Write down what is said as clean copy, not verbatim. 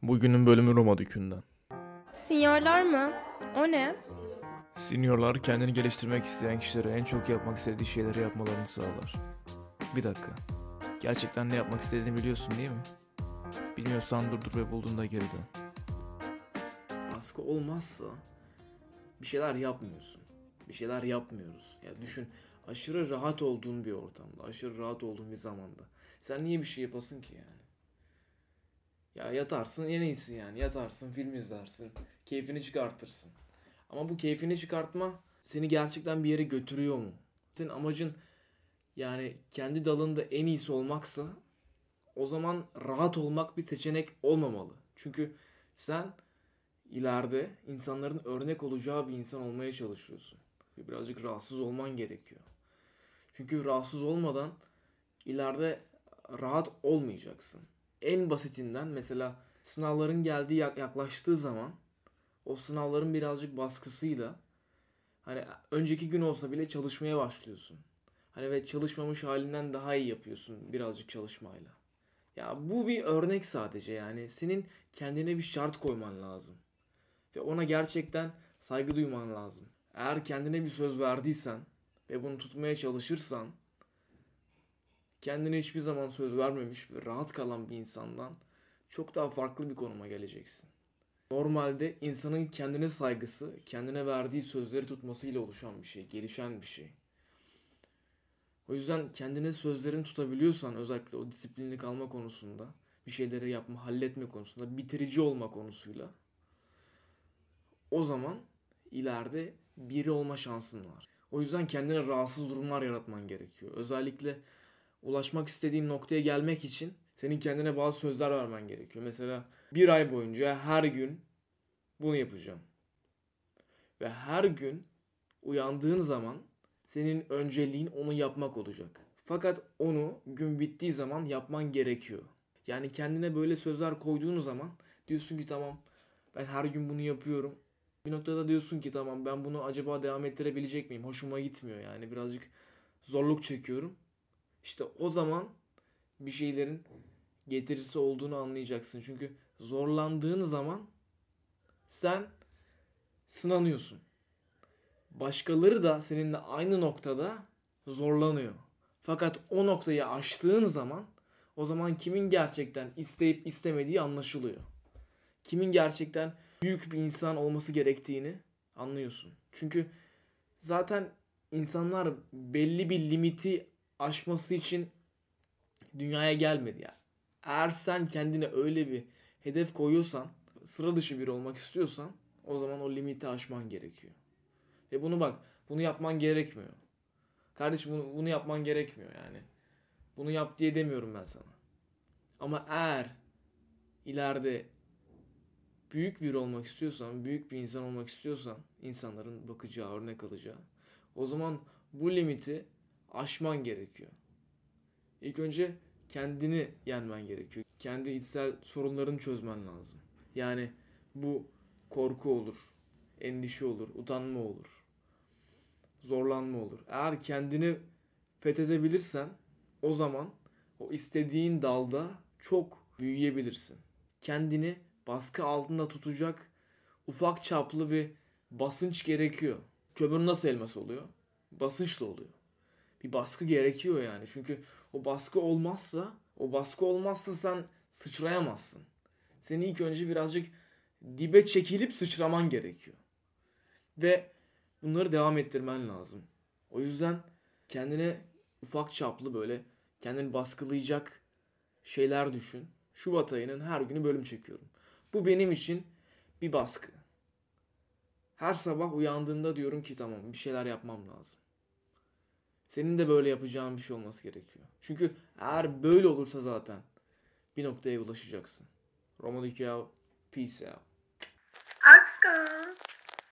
Bugünün bölümü Roma Dükü'nden. Sinyorlar mı? O ne? Seniorlar kendini geliştirmek isteyen kişilere en çok yapmak istediği şeyleri yapmalarını sağlar. Bir dakika. Gerçekten ne yapmak istediğini biliyorsun değil mi? Bilmiyorsan durdur ve bulduğunda geri dön. Baskı olmazsa bir şeyler yapmıyorsun. Bir şeyler yapmıyoruz. Ya düşün, aşırı rahat olduğun bir ortamda, aşırı rahat olduğun bir zamanda. Sen niye bir şey yapasın ki yani? Ya yatarsın en iyisi yani. Yatarsın, film izlersin, keyfini çıkartırsın. Ama bu keyfini çıkartma seni gerçekten bir yere götürüyor mu? Senin amacın yani kendi dalında en iyisi olmaksa o zaman rahat olmak bir seçenek olmamalı. Çünkü sen ileride insanların örnek olacağı bir insan olmaya çalışıyorsun. Birazcık rahatsız olman gerekiyor. Çünkü rahatsız olmadan ileride rahat olmayacaksın. En basitinden mesela sınavların geldiği yaklaştığı zaman o sınavların birazcık baskısıyla hani önceki gün olsa bile çalışmaya başlıyorsun. Hani ve çalışmamış halinden daha iyi yapıyorsun birazcık çalışmayla. Ya bu bir örnek sadece yani. Senin kendine bir şart koyman lazım. Ve ona gerçekten saygı duyman lazım. Eğer kendine bir söz verdiysen ve bunu tutmaya çalışırsan kendine hiçbir zaman söz vermemiş ve rahat kalan bir insandan çok daha farklı bir konuma geleceksin. Normalde insanın kendine saygısı, kendine verdiği sözleri tutmasıyla oluşan bir şey, gelişen bir şey. O yüzden kendine sözlerini tutabiliyorsan özellikle o disiplinli kalma konusunda, bir şeyleri yapma, halletme konusunda, bitirici olma konusuyla o zaman ileride biri olma şansın var. O yüzden kendine rahatsız durumlar yaratman gerekiyor. Özellikle ulaşmak istediğin noktaya gelmek için senin kendine bazı sözler vermen gerekiyor. Mesela bir ay boyunca her gün bunu yapacağım. Ve her gün uyandığın zaman senin önceliğin onu yapmak olacak. Fakat onu gün bittiği zaman yapman gerekiyor. Yani kendine böyle sözler koyduğun zaman diyorsun ki tamam ben her gün bunu yapıyorum. Bir noktada diyorsun ki tamam ben bunu acaba devam ettirebilecek miyim? Hoşuma gitmiyor yani birazcık zorluk çekiyorum. İşte o zaman bir şeylerin getirisi olduğunu anlayacaksın. Çünkü zorlandığın zaman sen sınanıyorsun. Başkaları da seninle aynı noktada zorlanıyor. Fakat o noktayı aştığın zaman o zaman kimin gerçekten isteyip istemediği anlaşılıyor. Kimin gerçekten büyük bir insan olması gerektiğini anlıyorsun. Çünkü zaten insanlar belli bir limiti aşması için dünyaya gelmedi yani. Eğer sen kendine öyle bir hedef koyuyorsan, sıra dışı biri olmak istiyorsan o zaman o limiti aşman gerekiyor. Ve bunu yapman gerekmiyor. Kardeşim bunu yapman gerekmiyor yani. Bunu yap diye demiyorum ben sana. Ama eğer ileride büyük biri olmak istiyorsan, büyük bir insan olmak istiyorsan, insanların bakacağı, örnek alacağı, o zaman bu limiti aşman gerekiyor. İlk önce kendini yenmen gerekiyor. Kendi içsel sorunlarını çözmen lazım. Yani bu korku olur, endişe olur, utanma olur, zorlanma olur. Eğer kendini fethedebilirsen o zaman o istediğin dalda çok büyüyebilirsin. Kendini baskı altında tutacak ufak çaplı bir basınç gerekiyor. Kömür nasıl elmas oluyor? Basınçla oluyor. Bir baskı gerekiyor yani. Çünkü o baskı olmazsa sen sıçrayamazsın. Seni ilk önce birazcık dibe çekilip sıçraman gerekiyor. Ve bunları devam ettirmen lazım. O yüzden kendine ufak çaplı böyle kendini baskılayacak şeyler düşün. Şubat ayının her günü bölüm çekiyorum. Bu benim için bir baskı. Her sabah uyandığımda diyorum ki tamam bir şeyler yapmam lazım. Senin de böyle yapacağın bir şey olması gerekiyor. Çünkü eğer böyle olursa zaten bir noktaya ulaşacaksın. Roma Dükü, peace out. Aşkım.